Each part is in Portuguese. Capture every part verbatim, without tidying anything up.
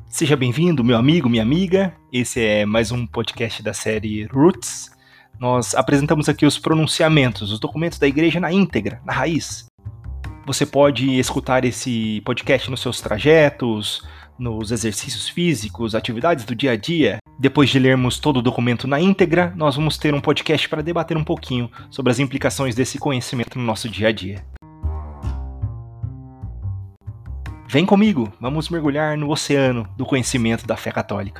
Seja bem-vindo, meu amigo, minha amiga. Esse é mais um podcast da série Roots. Nós apresentamos aqui os pronunciamentos, os documentos da igreja na íntegra, na raiz. Você pode escutar esse podcast nos seus trajetos, nos exercícios físicos, atividades do dia a dia. Depois de lermos todo o documento na íntegra, nós vamos ter um podcast para debater um pouquinho sobre as implicações desse conhecimento no nosso dia a dia. Vem comigo, vamos mergulhar no oceano do conhecimento da fé católica.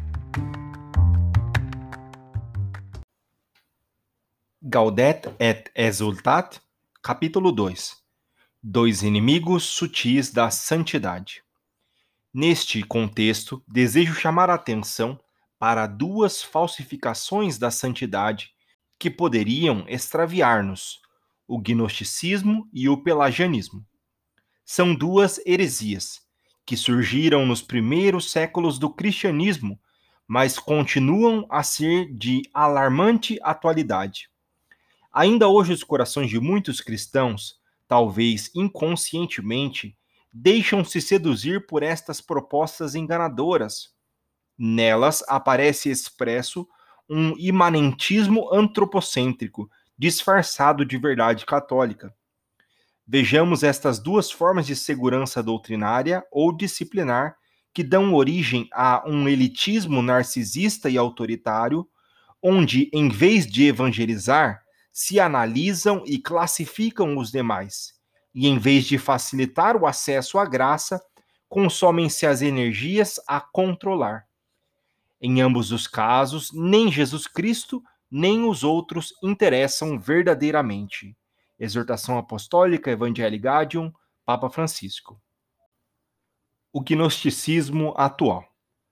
Gaudet et Exsultat, capítulo dois. Dois inimigos sutis da santidade. Neste contexto, desejo chamar a atenção para duas falsificações da santidade que poderiam extraviar-nos: o gnosticismo e o pelagianismo. São duas heresias que surgiram nos primeiros séculos do cristianismo, mas continuam a ser de alarmante atualidade. Ainda hoje, os corações de muitos cristãos, talvez inconscientemente, deixam-se seduzir por estas propostas enganadoras. Nelas aparece expresso um imanentismo antropocêntrico, disfarçado de verdade católica. Vejamos estas duas formas de segurança doutrinária ou disciplinar que dão origem a um elitismo narcisista e autoritário, onde, em vez de evangelizar, se analisam e classificam os demais, e em vez de facilitar o acesso à graça, consomem-se as energias a controlar. Em ambos os casos, nem Jesus Cristo, nem os outros interessam verdadeiramente. Exortação Apostólica Evangelii Gaudium, Papa Francisco. O gnosticismo atual.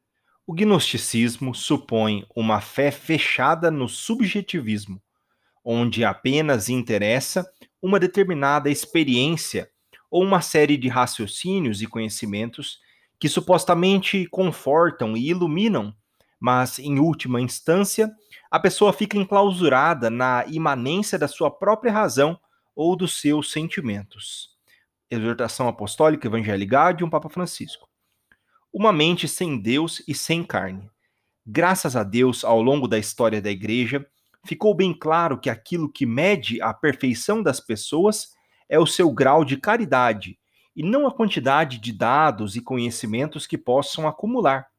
O gnosticismo supõe uma fé fechada no subjetivismo, onde apenas interessa uma determinada experiência ou uma série de raciocínios e conhecimentos que supostamente confortam e iluminam, mas, em última instância, a pessoa fica enclausurada na imanência da sua própria razão ou dos seus sentimentos. Exortação Apostólica Evangelii Gaudium, Papa Francisco. Uma mente sem Deus e sem carne. Graças a Deus, ao longo da história da Igreja, ficou bem claro que aquilo que mede a perfeição das pessoas é o seu grau de caridade, e não a quantidade de dados e conhecimentos que possam acumular.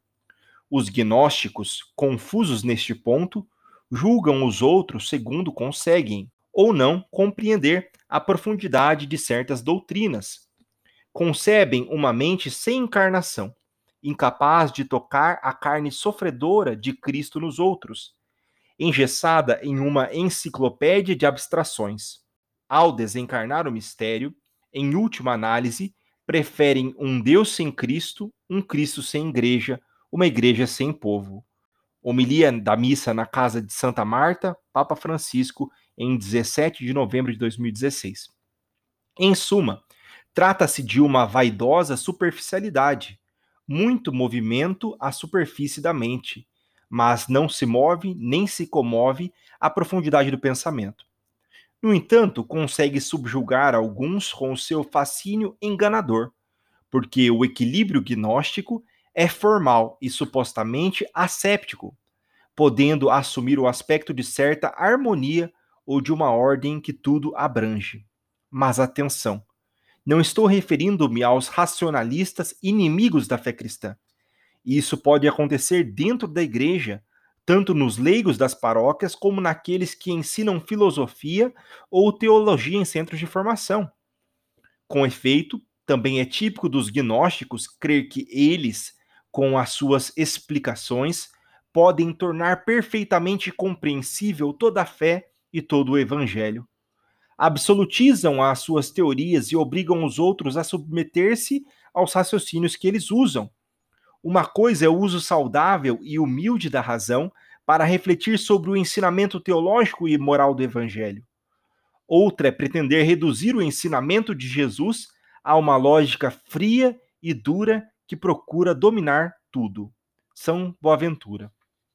Os gnósticos, confusos neste ponto, julgam os outros segundo conseguem, ou não, compreender a profundidade de certas doutrinas. Concebem uma mente sem encarnação, incapaz de tocar a carne sofredora de Cristo nos outros, engessada em uma enciclopédia de abstrações. Ao desencarnar o mistério, em última análise, preferem um Deus sem Cristo, um Cristo sem igreja, uma igreja sem povo. Homilia da missa na casa de Santa Marta, Papa Francisco, em dezessete de novembro de dois mil e dezesseis. Em suma, trata-se de uma vaidosa superficialidade, muito movimento à superfície da mente, mas não se move nem se comove a profundidade do pensamento. No entanto, consegue subjugar alguns com o seu fascínio enganador, porque o equilíbrio gnóstico é formal e supostamente asséptico, podendo assumir o aspecto de certa harmonia ou de uma ordem que tudo abrange. Mas atenção, não estou referindo-me aos racionalistas inimigos da fé cristã. Isso pode acontecer dentro da igreja, tanto nos leigos das paróquias como naqueles que ensinam filosofia ou teologia em centros de formação. Com efeito, também é típico dos gnósticos crer que eles, com as suas explicações, podem tornar perfeitamente compreensível toda a fé e todo o evangelho. Absolutizam as suas teorias e obrigam os outros a submeter-se aos raciocínios que eles usam. Uma coisa é o uso saudável e humilde da razão para refletir sobre o ensinamento teológico e moral do evangelho. Outra é pretender reduzir o ensinamento de Jesus a uma lógica fria e dura que procura dominar tudo. São Boaventura.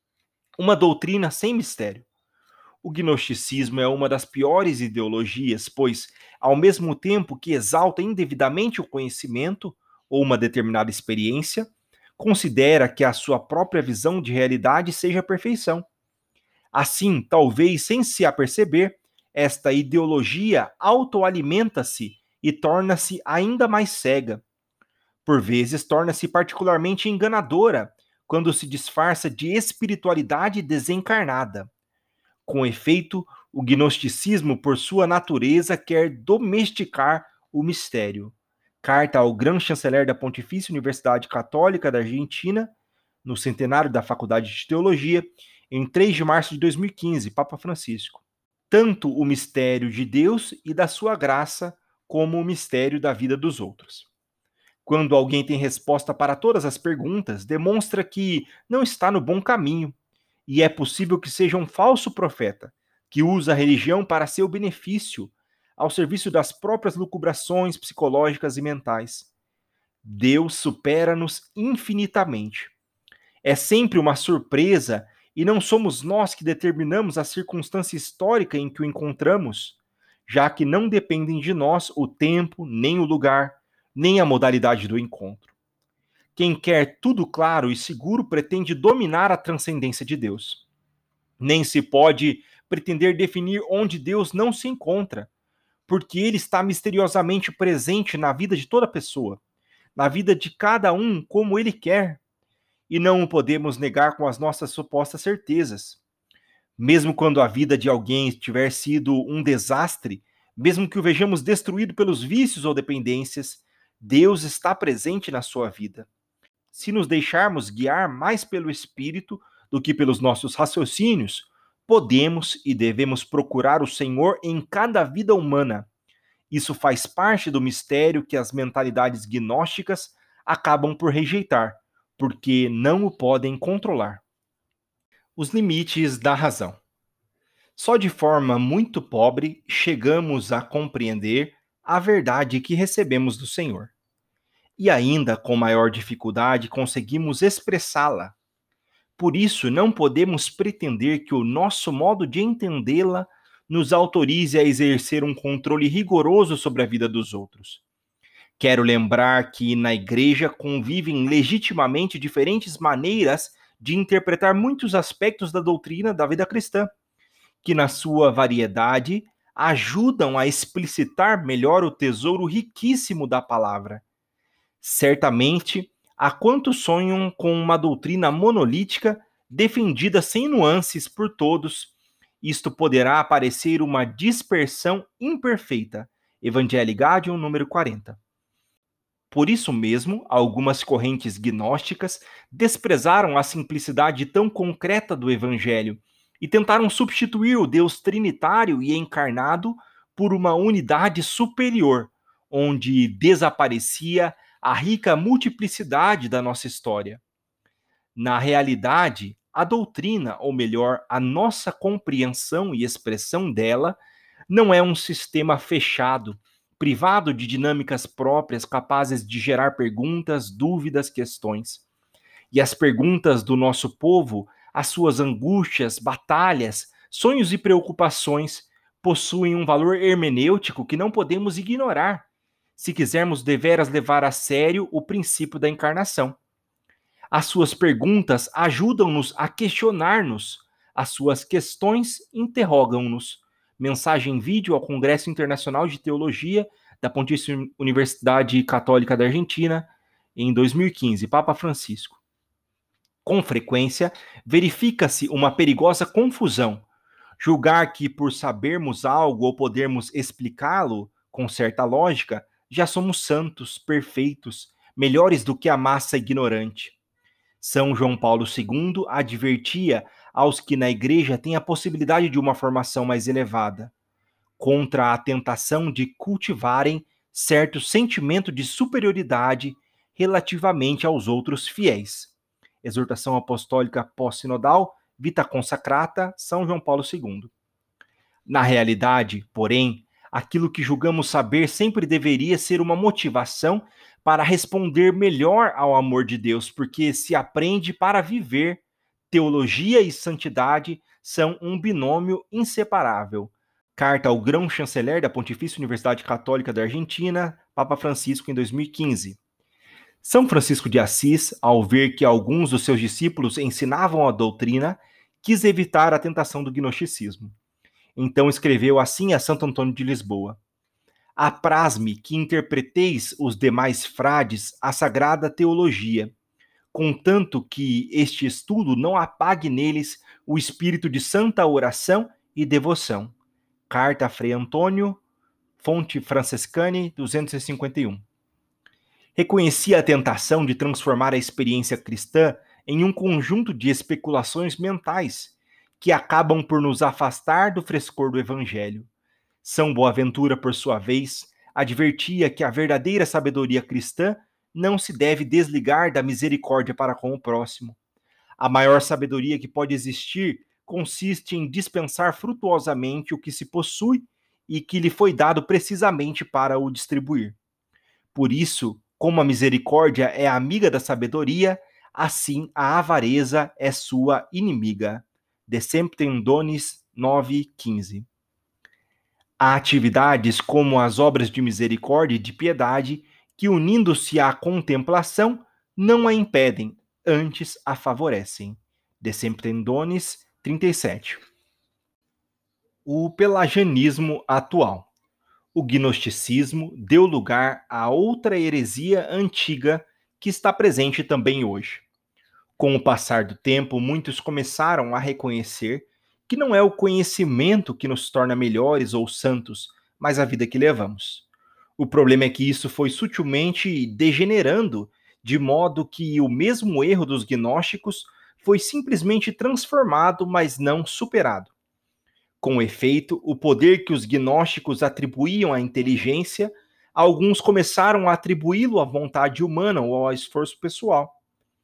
Uma doutrina sem mistério. O gnosticismo é uma das piores ideologias, pois, ao mesmo tempo que exalta indevidamente o conhecimento ou uma determinada experiência, considera que a sua própria visão de realidade seja a perfeição. Assim, talvez sem se aperceber, esta ideologia autoalimenta-se e torna-se ainda mais cega. Por vezes, torna-se particularmente enganadora quando se disfarça de espiritualidade desencarnada. Com efeito, o gnosticismo, por sua natureza, quer domesticar o mistério. Carta ao grão-chanceler da Pontifícia Universidade Católica da Argentina, no centenário da Faculdade de Teologia, em três de março de dois mil e quinze, Papa Francisco. Tanto o mistério de Deus e da sua graça, como o mistério da vida dos outros. Quando alguém tem resposta para todas as perguntas, demonstra que não está no bom caminho, e é possível que seja um falso profeta, que usa a religião para seu benefício, ao serviço das próprias lucubrações psicológicas e mentais. Deus supera-nos infinitamente. É sempre uma surpresa, e não somos nós que determinamos a circunstância histórica em que o encontramos, já que não dependem de nós o tempo, nem o lugar, nem a modalidade do encontro. Quem quer tudo claro e seguro pretende dominar a transcendência de Deus. Nem se pode pretender definir onde Deus não se encontra, porque ele está misteriosamente presente na vida de toda pessoa, na vida de cada um como ele quer, e não o podemos negar com as nossas supostas certezas. Mesmo quando a vida de alguém tiver sido um desastre, mesmo que o vejamos destruído pelos vícios ou dependências, Deus está presente na sua vida. Se nos deixarmos guiar mais pelo Espírito do que pelos nossos raciocínios, podemos e devemos procurar o Senhor em cada vida humana. Isso faz parte do mistério que as mentalidades gnósticas acabam por rejeitar, porque não o podem controlar. Os limites da razão. Só de forma muito pobre chegamos a compreender a verdade que recebemos do Senhor. E ainda com maior dificuldade conseguimos expressá-la. Por isso, não podemos pretender que o nosso modo de entendê-la nos autorize a exercer um controle rigoroso sobre a vida dos outros. Quero lembrar que na Igreja convivem legitimamente diferentes maneiras de interpretar muitos aspectos da doutrina da vida cristã, que na sua variedade ajudam a explicitar melhor o tesouro riquíssimo da palavra. Certamente, há quantos sonham com uma doutrina monolítica defendida sem nuances por todos. Isto poderá parecer uma dispersão imperfeita. Evangelii Gaudium, número quarenta. Por isso mesmo, algumas correntes gnósticas desprezaram a simplicidade tão concreta do Evangelho e tentaram substituir o Deus trinitário e encarnado por uma unidade superior, onde desaparecia a rica multiplicidade da nossa história. Na realidade, a doutrina, ou melhor, a nossa compreensão e expressão dela, não é um sistema fechado, privado de dinâmicas próprias capazes de gerar perguntas, dúvidas, questões. E as perguntas do nosso povo, as suas angústias, batalhas, sonhos e preocupações possuem um valor hermenêutico que não podemos ignorar, se quisermos deveras levar a sério o princípio da encarnação. As suas perguntas ajudam-nos a questionar-nos, as suas questões interrogam-nos. Mensagem em vídeo ao Congresso Internacional de Teologia da Pontifícia Universidade Católica da Argentina, em dois mil e quinze, Papa Francisco. Com frequência, verifica-se uma perigosa confusão. Julgar que, por sabermos algo ou podermos explicá-lo com certa lógica, já somos santos, perfeitos, melhores do que a massa ignorante. São João Paulo segundo advertia aos que na igreja têm a possibilidade de uma formação mais elevada, contra a tentação de cultivarem certo sentimento de superioridade relativamente aos outros fiéis. Exortação Apostólica Pós-Sinodal, Vita Consacrata, São João Paulo segundo. Na realidade, porém, aquilo que julgamos saber sempre deveria ser uma motivação para responder melhor ao amor de Deus, porque se aprende para viver. Teologia e santidade são um binômio inseparável. Carta ao grão-chanceler da Pontifícia Universidade Católica da Argentina, Papa Francisco, em dois mil e quinze. São Francisco de Assis, ao ver que alguns dos seus discípulos ensinavam a doutrina, quis evitar a tentação do gnosticismo. Então escreveu assim a Santo Antônio de Lisboa: apraz-me que interpreteis os demais frades a sagrada teologia, contanto que este estudo não apague neles o espírito de santa oração e devoção. Carta a Frei Antônio, fonte Francescani, duzentos e cinquenta e um. Reconhecia a tentação de transformar a experiência cristã em um conjunto de especulações mentais que acabam por nos afastar do frescor do Evangelho. São Boaventura, por sua vez, advertia que a verdadeira sabedoria cristã não se deve desligar da misericórdia para com o próximo. A maior sabedoria que pode existir consiste em dispensar frutuosamente o que se possui e que lhe foi dado precisamente para o distribuir. Por isso, como a misericórdia é amiga da sabedoria, assim a avareza é sua inimiga. De Semptem Donis nove, quinze. Há atividades como as obras de misericórdia e de piedade que, unindo-se à contemplação, não a impedem, antes a favorecem. De Semptem Donis trinta e sete. O pelagianismo atual. O gnosticismo deu lugar a outra heresia antiga que está presente também hoje. Com o passar do tempo, muitos começaram a reconhecer que não é o conhecimento que nos torna melhores ou santos, mas a vida que levamos. O problema é que isso foi sutilmente degenerando, de modo que o mesmo erro dos gnósticos foi simplesmente transformado, mas não superado. Com efeito, o poder que os gnósticos atribuíam à inteligência, alguns começaram a atribuí-lo à vontade humana ou ao esforço pessoal.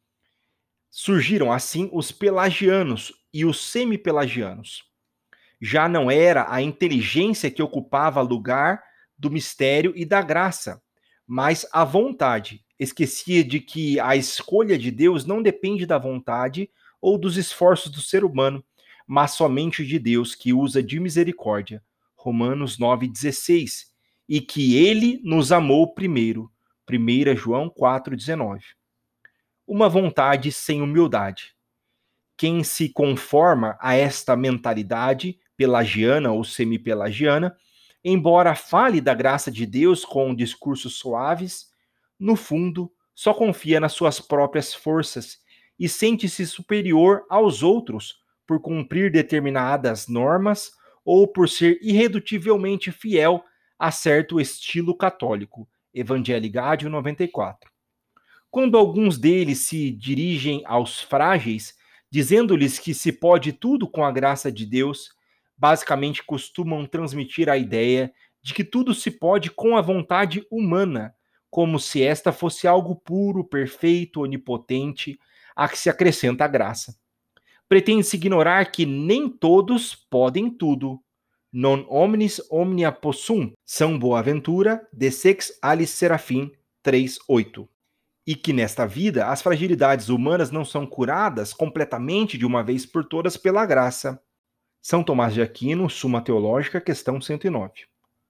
Surgiram assim os pelagianos e os semi-pelagianos. Já não era a inteligência que ocupava lugar do mistério e da graça, mas a vontade. Esquecia de que a escolha de Deus não depende da vontade ou dos esforços do ser humano, mas somente de Deus, que usa de misericórdia. Romanos nove, dezesseis. E que ele nos amou primeiro. primeira João quatro, dezenove. Uma vontade sem humildade. Quem se conforma a esta mentalidade pelagiana ou semi-pelagiana, embora fale da graça de Deus com discursos suaves, no fundo só confia nas suas próprias forças e sente-se superior aos outros por cumprir determinadas normas ou por ser irredutivelmente fiel a certo estilo católico. Evangelii Gaudium noventa e quatro. Quando alguns deles se dirigem aos frágeis, dizendo-lhes que se pode tudo com a graça de Deus, basicamente costumam transmitir a ideia de que tudo se pode com a vontade humana, como se esta fosse algo puro, perfeito, onipotente, a que se acrescenta a graça. Pretende-se ignorar que nem todos podem tudo. Non omnis omnia possum. São Boaventura, de Sex Alice Serafim, três, oito. E que nesta vida as fragilidades humanas não são curadas completamente de uma vez por todas pela graça. São Tomás de Aquino, Suma Teológica, questão cento e nove.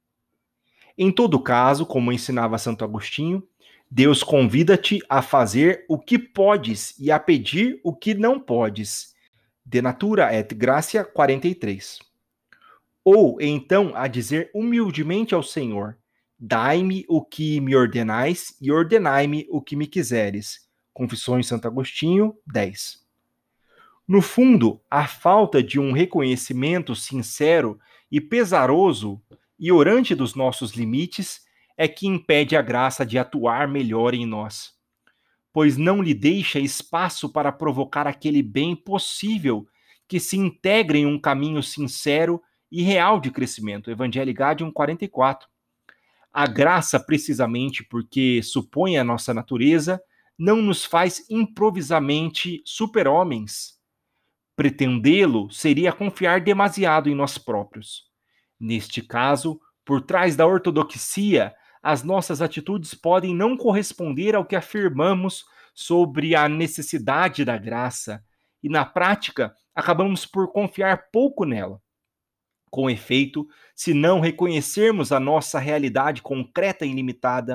Em todo caso, como ensinava Santo Agostinho, Deus convida-te a fazer o que podes e a pedir o que não podes. De Natura et Gratia quarenta e três. Ou então a dizer humildemente ao Senhor: dai-me o que me ordenais e ordenai-me o que me quiseres. Confissões de Santo Agostinho, dez. No fundo, a falta de um reconhecimento sincero e pesaroso e orante dos nossos limites é que impede a graça de atuar melhor em nós, pois não lhe deixa espaço para provocar aquele bem possível que se integre em um caminho sincero e real de crescimento. Evangelii Gaudium quarenta e quatro. A graça, precisamente porque supõe a nossa natureza, não nos faz improvisamente super-homens. Pretendê-lo seria confiar demasiado em nós próprios. Neste caso, por trás da ortodoxia, as nossas atitudes podem não corresponder ao que afirmamos sobre a necessidade da graça, e na prática acabamos por confiar pouco nela. Com efeito, se não reconhecermos a nossa realidade concreta e limitada,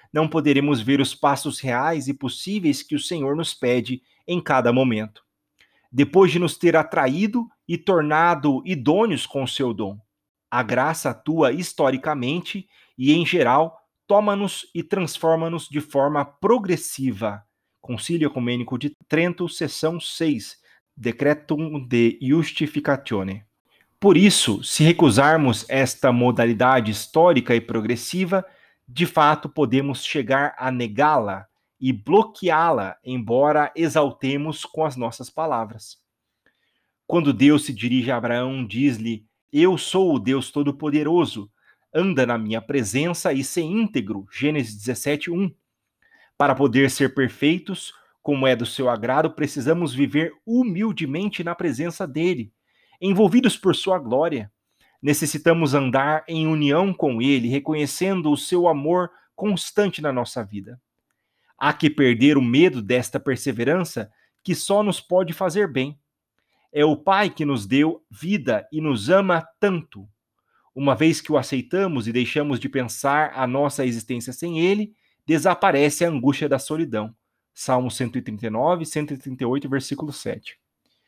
não poderemos ver os passos reais e possíveis que o Senhor nos pede em cada momento. Depois de nos ter atraído e tornado idôneos com o seu dom, a graça atua historicamente e, em geral, toma-nos e transforma-nos de forma progressiva. Concílio Ecumênico de Trento, seção seis, Decretum de Justificatione. Por isso, se recusarmos esta modalidade histórica e progressiva, de fato podemos chegar a negá-la e bloqueá-la, embora exaltemos com as nossas palavras. Quando Deus se dirige a Abraão, diz-lhe: Eu sou o Deus Todo-Poderoso, anda na minha presença e ser íntegro. Gênesis dezessete, um. Para poder ser perfeitos, como é do seu agrado, precisamos viver humildemente na presença dele, envolvidos por sua glória. Necessitamos andar em união com ele, reconhecendo o seu amor constante na nossa vida. Há que perder o medo desta perseverança, que só nos pode fazer bem. É o Pai que nos deu vida e nos ama tanto. Uma vez que o aceitamos e deixamos de pensar a nossa existência sem ele, desaparece a angústia da solidão. Salmo cento e trinta e nove, cento e trinta e oito, versículo sete.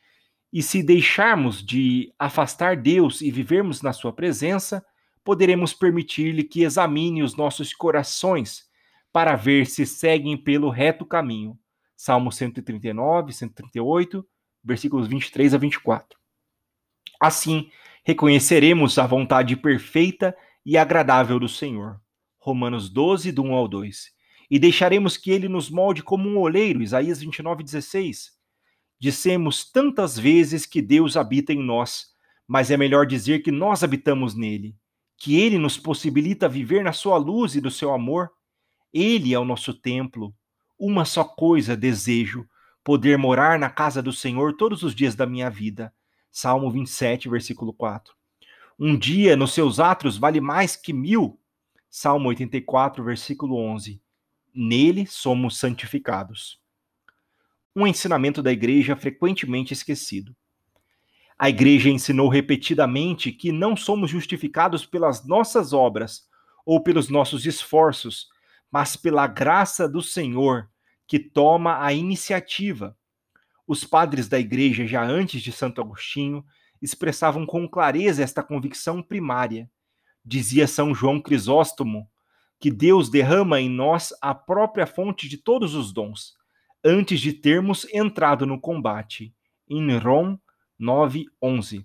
E se deixarmos de afastar Deus e vivermos na sua presença, poderemos permitir-lhe que examine os nossos corações para ver se seguem pelo reto caminho. Salmo cento e trinta e nove, cento e trinta e oito, versículos vinte e três a vinte e quatro. Assim, reconheceremos a vontade perfeita e agradável do Senhor. Romanos doze, do um ao dois. E deixaremos que ele nos molde como um oleiro. Isaías vinte e nove, dezesseis. Dissemos tantas vezes que Deus habita em nós, mas é melhor dizer que nós habitamos nele, que ele nos possibilita viver na sua luz e do seu amor. Ele é o nosso templo. Uma só coisa desejo: poder morar na casa do Senhor todos os dias da minha vida. Salmo vinte e sete, versículo quatro. Um dia nos seus átrios vale mais que mil. Salmo oitenta e quatro, versículo onze. Nele somos santificados. Um ensinamento da igreja frequentemente esquecido. A igreja ensinou repetidamente que não somos justificados pelas nossas obras ou pelos nossos esforços, mas pela graça do Senhor, que toma a iniciativa. Os padres da igreja, já antes de Santo Agostinho, expressavam com clareza esta convicção primária. Dizia São João Crisóstomo que Deus derrama em nós a própria fonte de todos os dons, antes de termos entrado no combate. Em Rom nove, onze.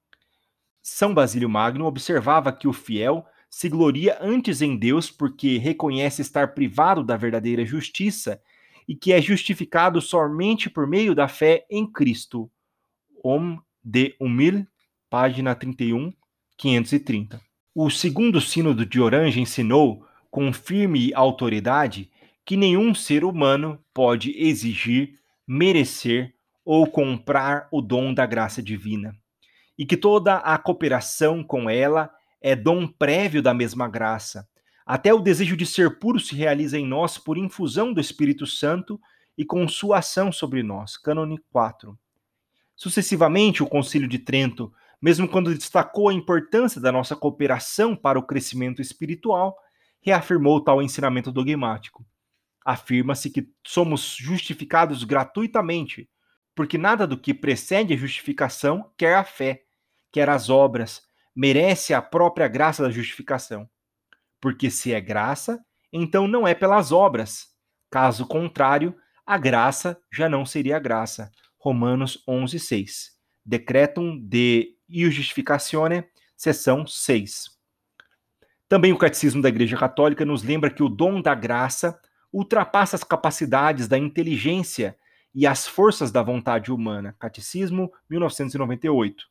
São Basílio Magno observava que o fiel se gloria antes em Deus porque reconhece estar privado da verdadeira justiça e que é justificado somente por meio da fé em Cristo. Homme de Humil, página trinta e um, quinhentos e trinta. O segundo sínodo de Orange ensinou, com firme autoridade, que nenhum ser humano pode exigir, merecer ou comprar o dom da graça divina, e que toda a cooperação com ela é dom prévio da mesma graça. Até o desejo de ser puro se realiza em nós por infusão do Espírito Santo e com sua ação sobre nós. Cânone quatro. Sucessivamente, o Concílio de Trento, mesmo quando destacou a importância da nossa cooperação para o crescimento espiritual, reafirmou tal ensinamento dogmático. Afirma-se que somos justificados gratuitamente, porque nada do que precede a justificação quer a fé, quer as obras, merece a própria graça da justificação. Porque se é graça, então não é pelas obras. Caso contrário, a graça já não seria graça. Romanos onze, seis. Decretum de Justificatione, seção seis. Também o Catecismo da Igreja Católica nos lembra que o dom da graça ultrapassa as capacidades da inteligência e as forças da vontade humana. Catecismo, mil novecentos e noventa e oito.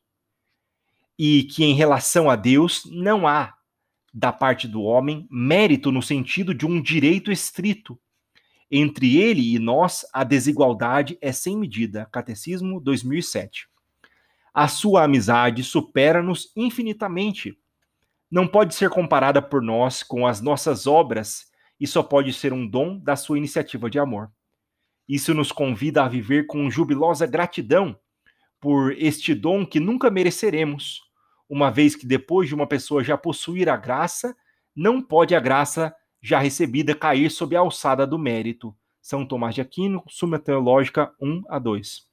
E que em relação a Deus não há, da parte do homem, mérito no sentido de um direito estrito. Entre ele e nós, a desigualdade é sem medida. Catecismo dois mil e sete. A sua amizade supera-nos infinitamente. Não pode ser comparada por nós com as nossas obras e só pode ser um dom da sua iniciativa de amor. Isso nos convida a viver com jubilosa gratidão por este dom que nunca mereceremos, uma vez que depois de uma pessoa já possuir a graça, não pode a graça já recebida cair sob a alçada do mérito. São Tomás de Aquino, Suma Teológica um a dois.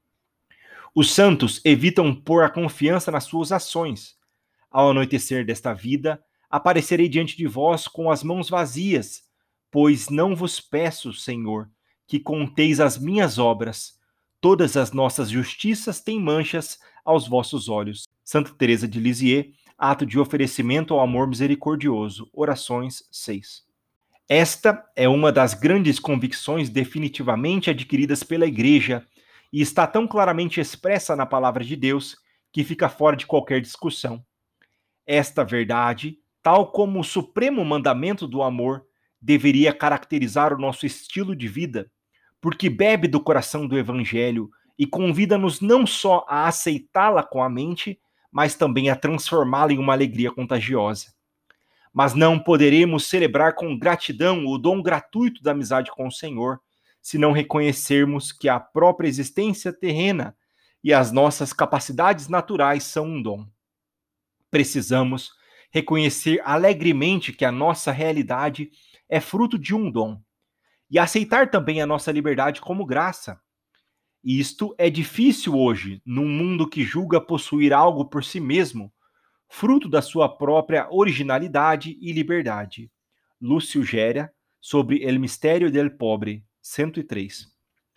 Os santos evitam pôr a confiança nas suas ações. Ao anoitecer desta vida, aparecerei diante de vós com as mãos vazias, pois não vos peço, Senhor, que conteis as minhas obras. Todas as nossas justiças têm manchas aos vossos olhos. Santa Teresa de Lisieux, Ato de Oferecimento ao Amor Misericordioso, Orações seis. Esta é uma das grandes convicções definitivamente adquiridas pela Igreja e está tão claramente expressa na Palavra de Deus que fica fora de qualquer discussão. Esta verdade, tal como o supremo mandamento do amor, deveria caracterizar o nosso estilo de vida, porque bebe do coração do Evangelho e convida-nos não só a aceitá-la com a mente, mas também a transformá-la em uma alegria contagiosa. Mas não poderemos celebrar com gratidão o dom gratuito da amizade com o Senhor, se não reconhecermos que a própria existência terrena e as nossas capacidades naturais são um dom. Precisamos reconhecer alegremente que a nossa realidade é fruto de um dom e aceitar também a nossa liberdade como graça. Isto é difícil hoje, num mundo que julga possuir algo por si mesmo, fruto da sua própria originalidade e liberdade. Lúcio Géria, sobre El Mistério del Pobre, cento e três.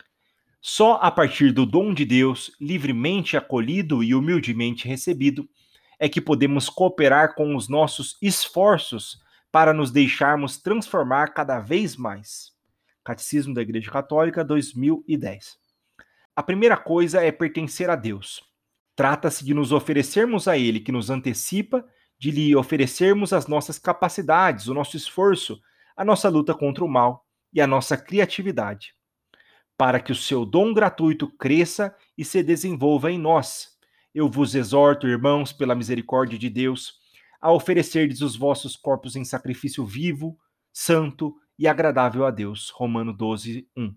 Só a partir do dom de Deus, livremente acolhido e humildemente recebido, é que podemos cooperar com os nossos esforços para nos deixarmos transformar cada vez mais. Catecismo da Igreja Católica, dois mil e dez. A primeira coisa é pertencer a Deus. Trata-se de nos oferecermos a Ele, que nos antecipa, de lhe oferecermos as nossas capacidades, o nosso esforço, a nossa luta contra o mal e a nossa criatividade, para que o seu dom gratuito cresça e se desenvolva em nós. Eu vos exorto, irmãos, pela misericórdia de Deus, a oferecerdes os vossos corpos em sacrifício vivo, santo e agradável a Deus. Romanos doze, um.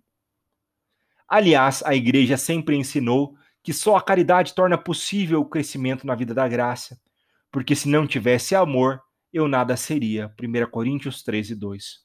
Aliás, a Igreja sempre ensinou que só a caridade torna possível o crescimento na vida da graça, porque se não tivesse amor, eu nada seria. primeira Coríntios treze, dois.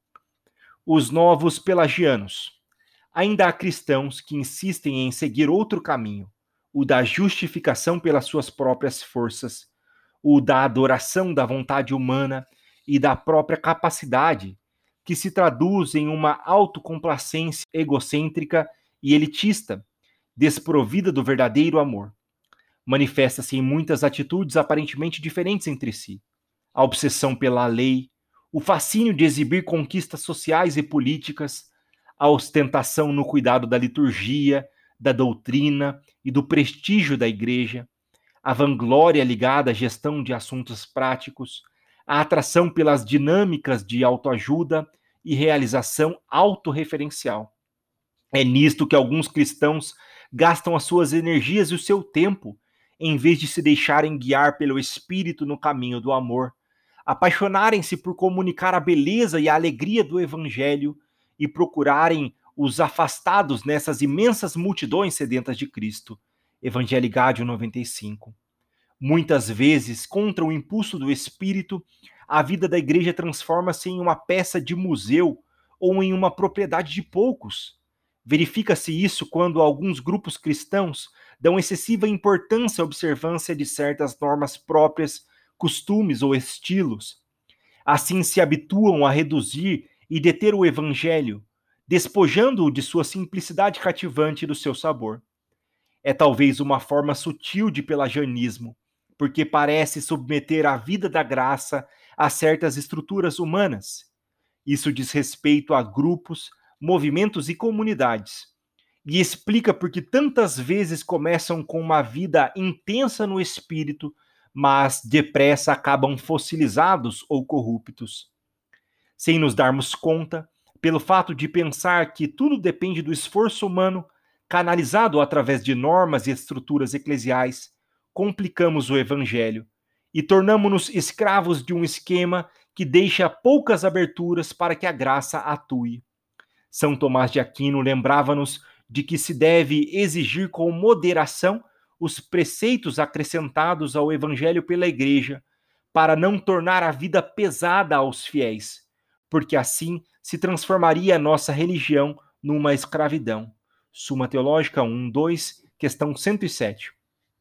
Os novos pelagianos. Ainda há cristãos que insistem em seguir outro caminho, o da justificação pelas suas próprias forças, o da adoração da vontade humana e da própria capacidade, que se traduz em uma autocomplacência egocêntrica e elitista, desprovida do verdadeiro amor. Manifesta-se em muitas atitudes aparentemente diferentes entre si. A obsessão pela lei, o fascínio de exibir conquistas sociais e políticas, a ostentação no cuidado da liturgia, da doutrina e do prestígio da igreja, a vanglória ligada à gestão de assuntos práticos, a atração pelas dinâmicas de autoajuda e realização autorreferencial. É nisto que alguns cristãos gastam as suas energias e o seu tempo, em vez de se deixarem guiar pelo Espírito no caminho do amor, apaixonarem-se por comunicar a beleza e a alegria do Evangelho e procurarem os afastados nessas imensas multidões sedentas de Cristo. Evangelii Gaudium noventa e cinco. Muitas vezes, contra o impulso do Espírito, a vida da igreja transforma-se em uma peça de museu ou em uma propriedade de poucos. Verifica-se isso quando alguns grupos cristãos dão excessiva importância à observância de certas normas próprias, costumes ou estilos. Assim se habituam a reduzir e deter o evangelho, despojando-o de sua simplicidade cativante e do seu sabor. É talvez uma forma sutil de pelagianismo, porque parece submeter a vida da graça a certas estruturas humanas. Isso diz respeito a grupos, movimentos e comunidades, e explica por que tantas vezes começam com uma vida intensa no espírito, mas depressa acabam fossilizados ou corruptos. Sem nos darmos conta, pelo fato de pensar que tudo depende do esforço humano, canalizado através de normas e estruturas eclesiais, complicamos o evangelho e tornamo-nos escravos de um esquema que deixa poucas aberturas para que a graça atue. São Tomás de Aquino lembrava-nos de que se deve exigir com moderação os preceitos acrescentados ao evangelho pela igreja, para não tornar a vida pesada aos fiéis, porque assim se transformaria a nossa religião numa escravidão. Suma Teológica um, dois, questão cento e sete.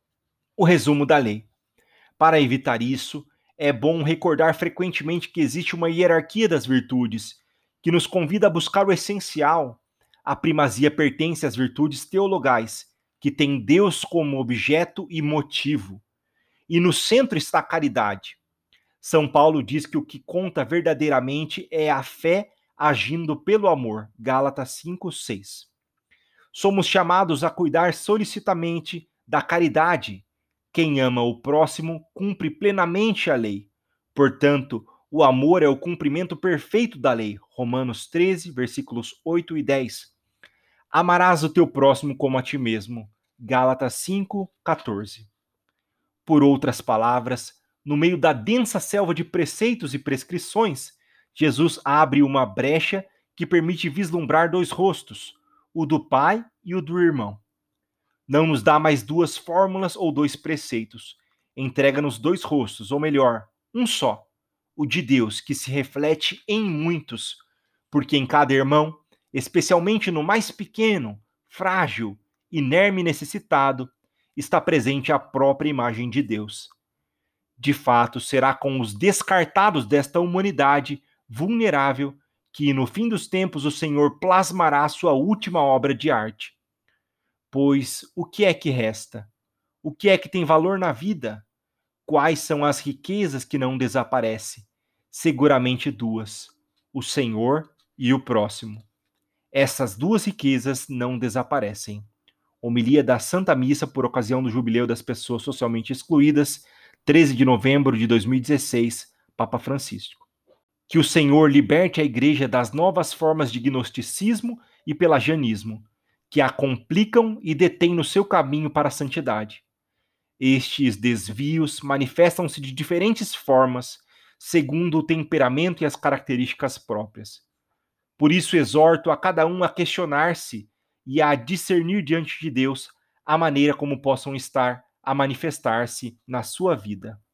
O resumo da lei. Para evitar isso, é bom recordar frequentemente que existe uma hierarquia das virtudes, que nos convida a buscar o essencial. A primazia pertence às virtudes teologais, que têm Deus como objeto e motivo. E no centro está a caridade. São Paulo diz que o que conta verdadeiramente é a fé agindo pelo amor. Gálatas cinco, seis. Somos chamados a cuidar solicitamente da caridade. Quem ama o próximo cumpre plenamente a lei. Portanto, o amor é o cumprimento perfeito da lei. Romanos treze, versículos oito e dez. Amarás o teu próximo como a ti mesmo. Gálatas cinco, quatorze. Por outras palavras, no meio da densa selva de preceitos e prescrições, Jesus abre uma brecha que permite vislumbrar dois rostos, o do Pai e o do irmão. Não nos dá mais duas fórmulas ou dois preceitos. Entrega-nos dois rostos, ou melhor, um só, o de Deus, que se reflete em muitos, porque em cada irmão, especialmente no mais pequeno, frágil, inerme e necessitado, está presente a própria imagem de Deus. De fato, será com os descartados desta humanidade vulnerável que, no fim dos tempos, o Senhor plasmará sua última obra de arte. Pois o que é que resta? O que é que tem valor na vida? Quais são as riquezas que não desaparecem? Seguramente duas: o Senhor e o próximo. Essas duas riquezas não desaparecem. Homilia da Santa Missa por ocasião do Jubileu das Pessoas Socialmente Excluídas, treze de novembro de dois mil e dezesseis, Papa Francisco. Que o Senhor liberte a Igreja das novas formas de gnosticismo e pelagianismo, que a complicam e detêm no seu caminho para a santidade. Estes desvios manifestam-se de diferentes formas, segundo o temperamento e as características próprias. Por isso exorto a cada um a questionar-se e a discernir diante de Deus a maneira como possam estar a manifestar-se na sua vida.